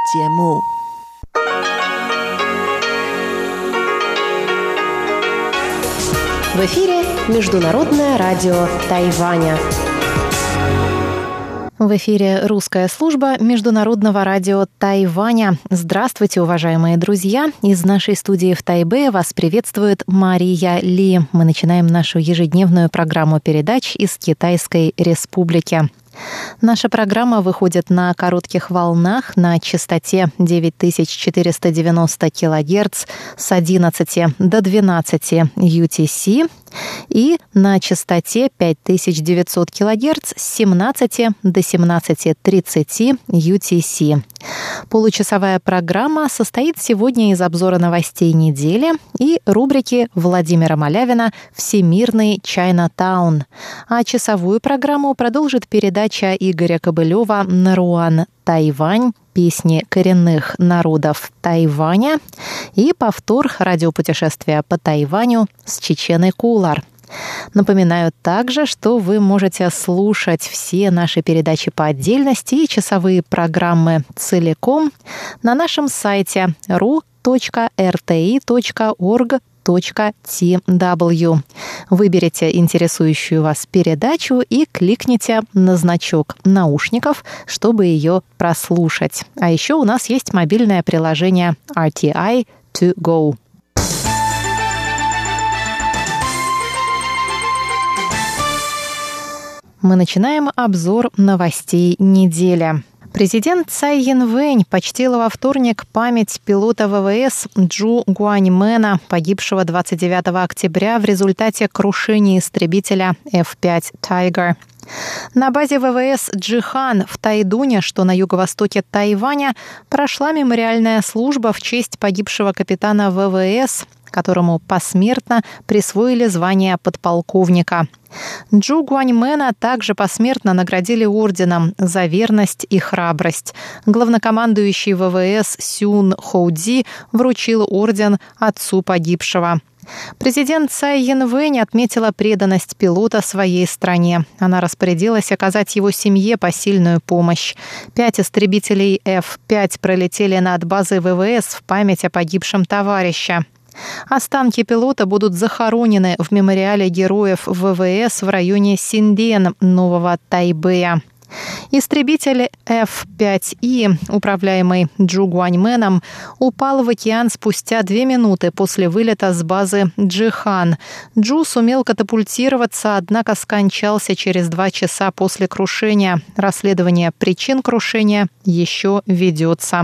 节目。 В эфире Международное радио Тайваня. В эфире русская служба Международного радио Тайваня. Здравствуйте, уважаемые друзья! Из нашей студии в Тайбе вас приветствует Мария Ли. Мы начинаем нашу ежедневную программу передач из Китайской Республики. Наша программа выходит на коротких волнах на частоте 9490 кГц с 11 до 12 UTC и на частоте 5900 кГц с 17 до 17:30 UTC. Получасовая программа состоит сегодня из обзора новостей недели и рубрики Владимира Малявина «Всемирный Чайнатаун». А часовую программу продолжит передача Игоря Кобылева «Наруан. Тайвань. Песни коренных народов Тайваня» и повтор радиопутешествия по Тайваню с Чеченой Кулар. Напоминаю также, что вы можете слушать все наши передачи по отдельности и часовые программы целиком на нашем сайте ru.rti.org.tw. Выберите интересующую вас передачу и кликните на значок наушников, чтобы ее прослушать. А еще у нас есть мобильное приложение RTI To Go. Мы начинаем обзор новостей недели. Президент Цай Янвэнь почтила во вторник память пилота ВВС Джу Гуаньмена, погибшего 29 октября в результате крушения истребителя F-5 Tiger. На базе ВВС Джихан в Тайдуне, что на юго-востоке Тайваня, прошла мемориальная служба в честь погибшего капитана ВВС, которому посмертно присвоили звание подполковника. Джу Гуаньмена также посмертно наградили орденом за верность и храбрость. Главнокомандующий ВВС Сюн Хоуди вручил орден отцу погибшего. Президент Цай Янвэнь отметила преданность пилота своей стране. Она распорядилась оказать его семье посильную помощь. 5 истребителей F-5 пролетели над базой ВВС в память о погибшем товарище. Останки пилота будут захоронены в мемориале героев ВВС в районе Синден, Нового Тайбэя. Истребитель F-5И, управляемый Джу Гуаньменом, упал в океан спустя 2 минуты после вылета с базы Джихан. Джу сумел катапультироваться, однако скончался через 2 часа после крушения. Расследование причин крушения еще ведется.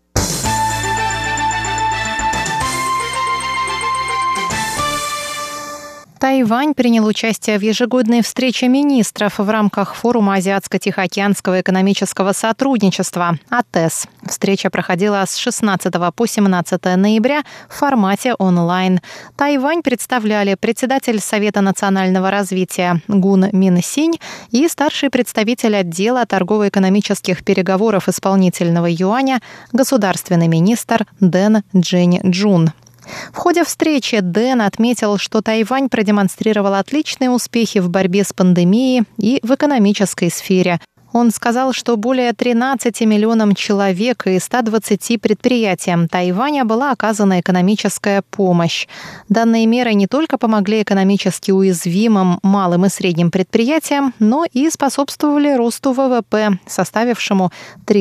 Тайвань принял участие в ежегодной встрече министров в рамках форума Азиатско-Тихоокеанского экономического сотрудничества АТЭС. Встреча проходила с 16 по 17 ноября в формате онлайн. Тайвань представляли председатель Совета национального развития Гун Мин Синь и старший представитель отдела торгово-экономических переговоров исполнительного юаня государственный министр Дэн Джень Джун. В ходе встречи Дэн отметил, что Тайвань продемонстрировал отличные успехи в борьбе с пандемией и в экономической сфере. Он сказал, что более 13 миллионам человек и 120 предприятиям Тайваня была оказана экономическая помощь. Данные меры не только помогли экономически уязвимым малым и средним предприятиям, но и способствовали росту ВВП, составившему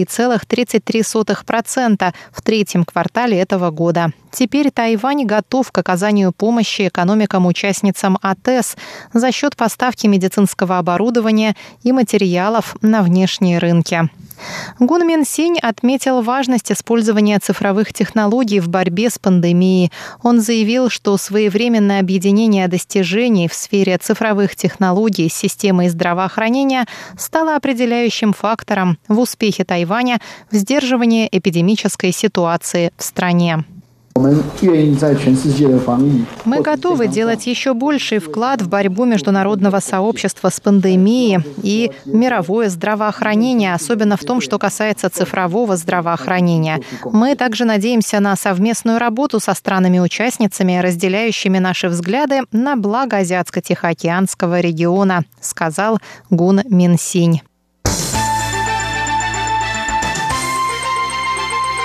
3,33% в третьем квартале этого года. Теперь Тайвань готов к оказанию помощи экономикам-участницам АТЭС за счет поставки медицинского оборудования и материалов на внешние рынки. Гун Мин Синь отметил важность использования цифровых технологий в борьбе с пандемией. Он заявил, что своевременное объединение достижений в сфере цифровых технологий с системой здравоохранения стало определяющим фактором в успехе Тайваня в сдерживании эпидемической ситуации в стране. Мы готовы делать еще больший вклад в борьбу международного сообщества с пандемией и мировое здравоохранение, особенно в том, что касается цифрового здравоохранения. Мы также надеемся на совместную работу со странами-участницами, разделяющими наши взгляды на благо Азиатско-Тихоокеанского региона, сказал Гун Мин Синь.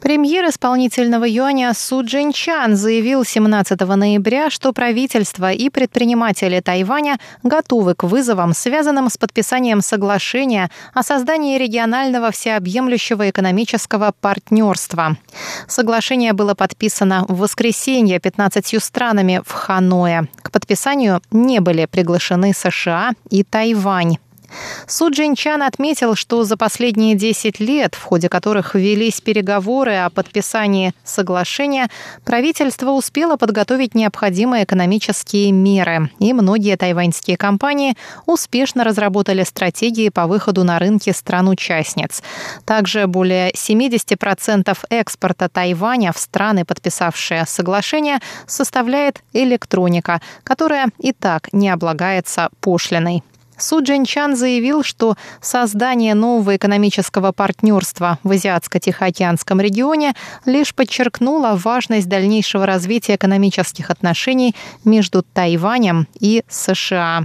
Премьер исполнительного юаня Су Чжэньчан заявил 17 ноября, что правительство и предприниматели Тайваня готовы к вызовам, связанным с подписанием соглашения о создании регионального всеобъемлющего экономического партнерства. Соглашение было подписано в воскресенье 15 странами в Ханое. К подписанию не были приглашены США и Тайвань. Су Чжэньчан отметил, что за последние 10 лет, в ходе которых велись переговоры о подписании соглашения, правительство успело подготовить необходимые экономические меры, и многие тайваньские компании успешно разработали стратегии по выходу на рынки стран-участниц. Также более 70% экспорта Тайваня в страны, подписавшие соглашение, составляет электроника, которая и так не облагается пошлиной. Су Чжэньчан заявил, что создание нового экономического партнерства в Азиатско-Тихоокеанском регионе лишь подчеркнуло важность дальнейшего развития экономических отношений между Тайванем и США.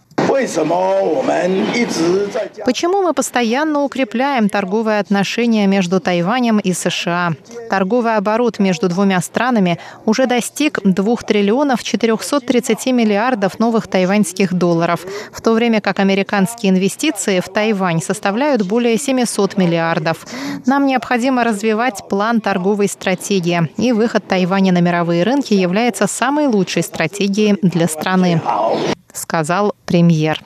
Почему мы постоянно укрепляем торговые отношения между Тайванем и США? Торговый оборот между двумя странами уже достиг 2 триллионов 430 миллиардов новых тайваньских долларов, в то время как американские инвестиции в Тайвань составляют более 700 миллиардов. Нам необходимо развивать план торговой стратегии, и выход Тайваня на мировые рынки является самой лучшей стратегией для страны, сказал премьер.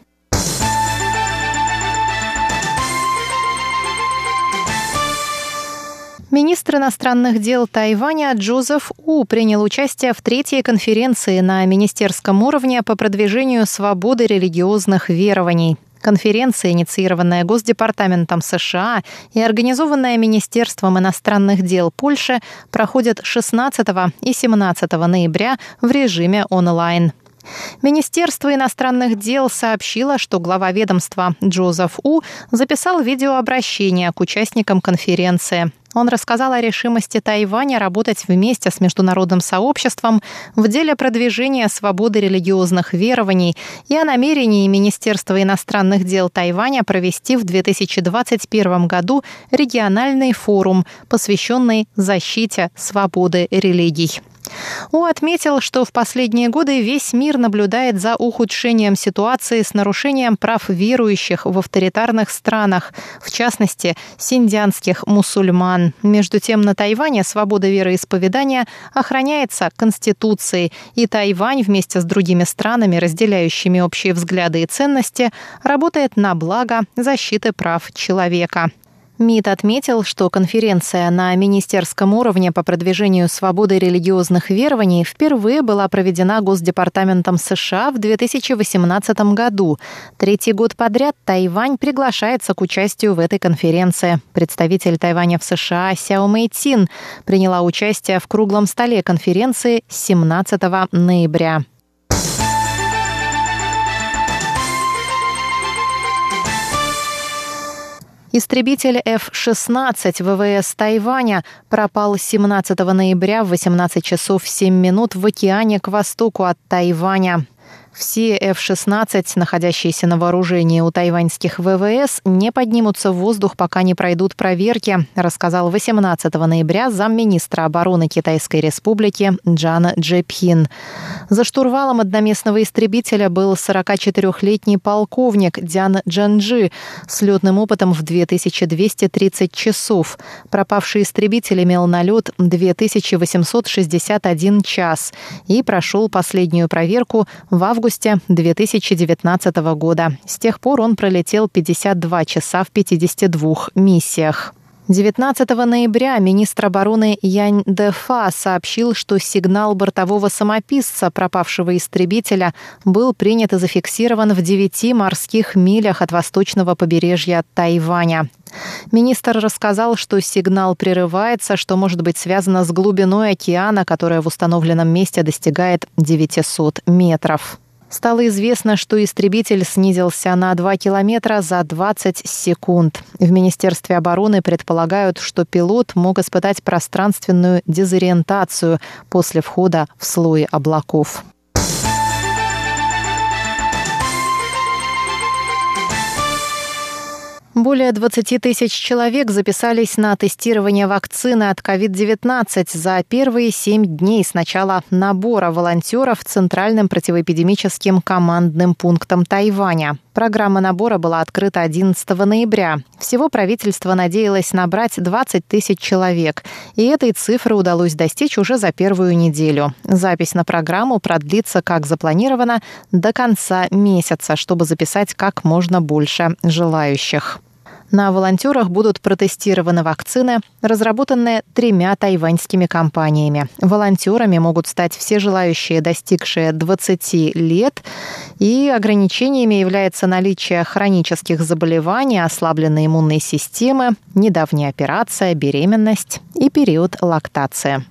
Министр иностранных дел Тайваня Джозеф У принял участие в 3-й конференции на министерском уровне по продвижению свободы религиозных верований. Конференция, инициированная Госдепартаментом США и организованная Министерством иностранных дел Польши, проходит 16 и 17 ноября в режиме онлайн. Министерство иностранных дел сообщило, что глава ведомства Джозеф У записал видеообращение к участникам конференции. Он рассказал о решимости Тайваня работать вместе с международным сообществом в деле продвижения свободы религиозных верований и о намерении Министерства иностранных дел Тайваня провести в 2021 году региональный форум, посвященный защите свободы религий. У отметил, что в последние годы весь мир наблюдает за ухудшением ситуации с нарушением прав верующих в авторитарных странах, в частности, синьцзянских мусульман. Между тем, на Тайване свобода вероисповедания охраняется Конституцией, и Тайвань вместе с другими странами, разделяющими общие взгляды и ценности, работает на благо защиты прав человека. МИД отметил, что конференция на министерском уровне по продвижению свободы религиозных верований впервые была проведена Госдепартаментом США в 2018 году. 3-й год подряд Тайвань приглашается к участию в этой конференции. Представитель Тайваня в США Сяо Мэйтин приняла участие в круглом столе конференции 17 ноября. Истребитель F-16 ВВС Тайваня пропал 17 ноября в 18 часов 7 минут в океане к востоку от Тайваня. Все F-16, находящиеся на вооружении у тайваньских ВВС, не поднимутся в воздух, пока не пройдут проверки, рассказал 18 ноября замминистра обороны Китайской Республики Джан Джепхин. За штурвалом одноместного истребителя был 44-летний полковник Дзян Джанджи с летным опытом в 2230 часов. Пропавший истребитель имел налет 2861 час и прошел последнюю проверку в августе 2019 года. С тех пор он пролетел 52 часа в 52 миссиях. 19 ноября министр обороны Янь Дэфа сообщил, что сигнал бортового самописца пропавшего истребителя был принят и зафиксирован в 9 морских милях от восточного побережья Тайваня. Министр рассказал, что сигнал прерывается, что может быть связано с глубиной океана, которая в установленном месте достигает 900 метров. Стало известно, что истребитель снизился на 2 километра за 20 секунд. В Министерстве обороны предполагают, что пилот мог испытать пространственную дезориентацию после входа в слой облаков. Более 20 тысяч человек записались на тестирование вакцины от COVID-19 за первые 7 дней с начала набора волонтеров Центральным противоэпидемическим командным пунктом Тайваня. Программа набора была открыта 11 ноября. Всего правительство надеялось набрать 20 тысяч человек, и этой цифры удалось достичь уже за первую неделю. Запись на программу продлится, как запланировано, до конца месяца, чтобы записать как можно больше желающих. На волонтерах будут протестированы вакцины, разработанные 3 тайваньскими компаниями. Волонтерами могут стать все желающие, достигшие 20 лет, и ограничениями является наличие хронических заболеваний, ослабленной иммунной системы, недавняя операция, беременность и период лактации.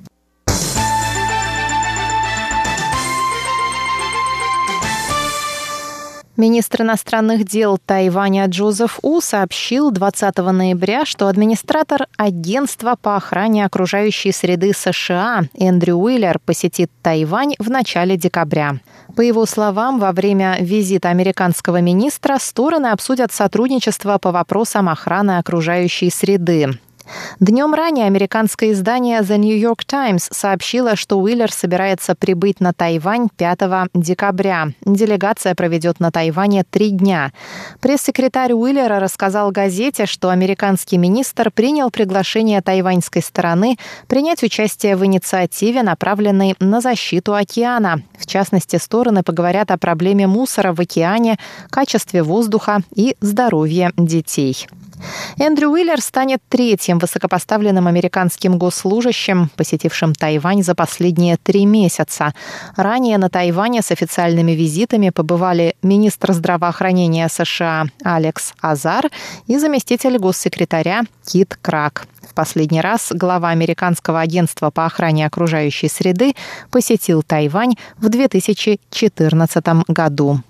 Министр иностранных дел Тайваня Джозеф У сообщил 20 ноября, что администратор Агентства по охране окружающей среды США Эндрю Уиллер посетит Тайвань в начале декабря. По его словам, во время визита американского министра стороны обсудят сотрудничество по вопросам охраны окружающей среды. Днем ранее американское издание The New York Times сообщило, что Уиллер собирается прибыть на Тайвань 5 декабря. Делегация проведет на Тайване 3 дня. Пресс-секретарь Уиллера рассказал газете, что американский министр принял приглашение тайваньской стороны принять участие в инициативе, направленной на защиту океана. В частности, стороны поговорят о проблеме мусора в океане, качестве воздуха и здоровье детей. Эндрю Уиллер станет 3-м высокопоставленным американским госслужащим, посетившим Тайвань за последние 3 месяца. Ранее на Тайване с официальными визитами побывали министр здравоохранения США Алекс Азар и заместитель госсекретаря Кит Крак. В последний раз глава Американского агентства по охране окружающей среды посетил Тайвань в 2014 году.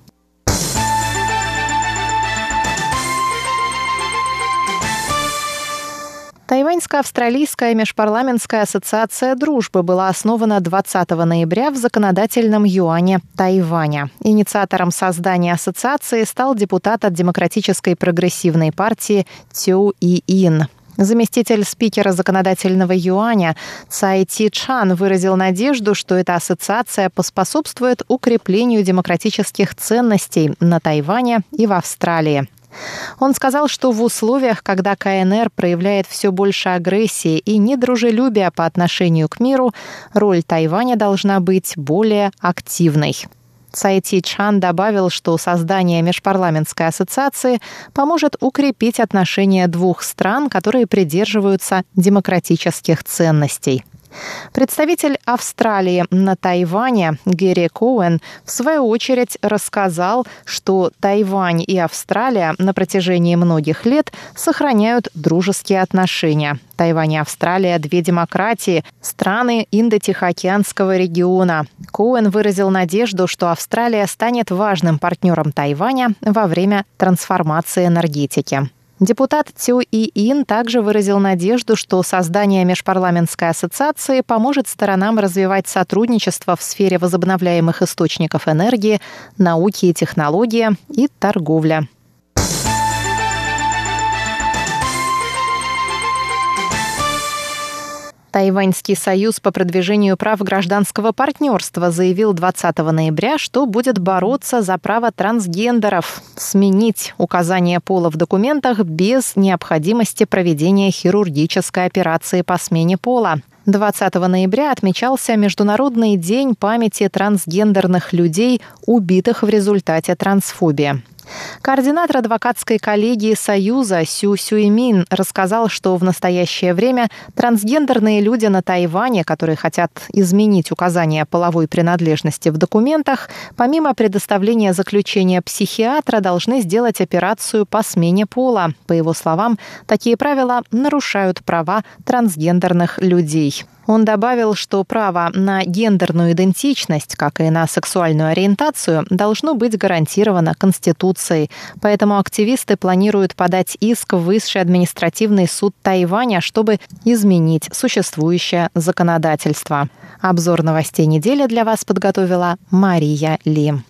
Тайваньско-австралийская межпарламентская ассоциация дружбы была основана 20 ноября в законодательном юане Тайваня. Инициатором создания ассоциации стал депутат от Демократической прогрессивной партии Цю И-ин. Заместитель спикера законодательного юаня Цай Ти Чан выразил надежду, что эта ассоциация поспособствует укреплению демократических ценностей на Тайване и в Австралии. Он сказал, что в условиях, когда КНР проявляет все больше агрессии и недружелюбия по отношению к миру, роль Тайваня должна быть более активной. Цай Ти Чан добавил, что создание межпарламентской ассоциации поможет укрепить отношения 2 стран, которые придерживаются демократических ценностей. Представитель Австралии на Тайване Гэри Коуэн в свою очередь рассказал, что Тайвань и Австралия на протяжении многих лет сохраняют дружеские отношения. Тайвань и Австралия – 2 демократии, страны Индо-Тихоокеанского региона. Коуэн выразил надежду, что Австралия станет важным партнером Тайваня во время трансформации энергетики. Депутат Цю И-ин также выразил надежду, что создание межпарламентской ассоциации поможет сторонам развивать сотрудничество в сфере возобновляемых источников энергии, науки и технологии и торговля. Тайваньский союз по продвижению прав гражданского партнерства заявил 20 ноября, что будет бороться за право трансгендеров сменить указание пола в документах без необходимости проведения хирургической операции по смене пола. 20 ноября отмечался Международный день памяти трансгендерных людей, убитых в результате трансфобии. Координатор адвокатской коллегии Союза Сю Сюймин рассказал, что в настоящее время трансгендерные люди на Тайване, которые хотят изменить указание половой принадлежности в документах, помимо предоставления заключения психиатра, должны сделать операцию по смене пола. По его словам, такие правила нарушают права трансгендерных людей. Он добавил, что право на гендерную идентичность, как и на сексуальную ориентацию, должно быть гарантировано Конституцией. Поэтому активисты планируют подать иск в Высший административный суд Тайваня, чтобы изменить существующее законодательство. Обзор новостей недели для вас подготовила Мария Ли.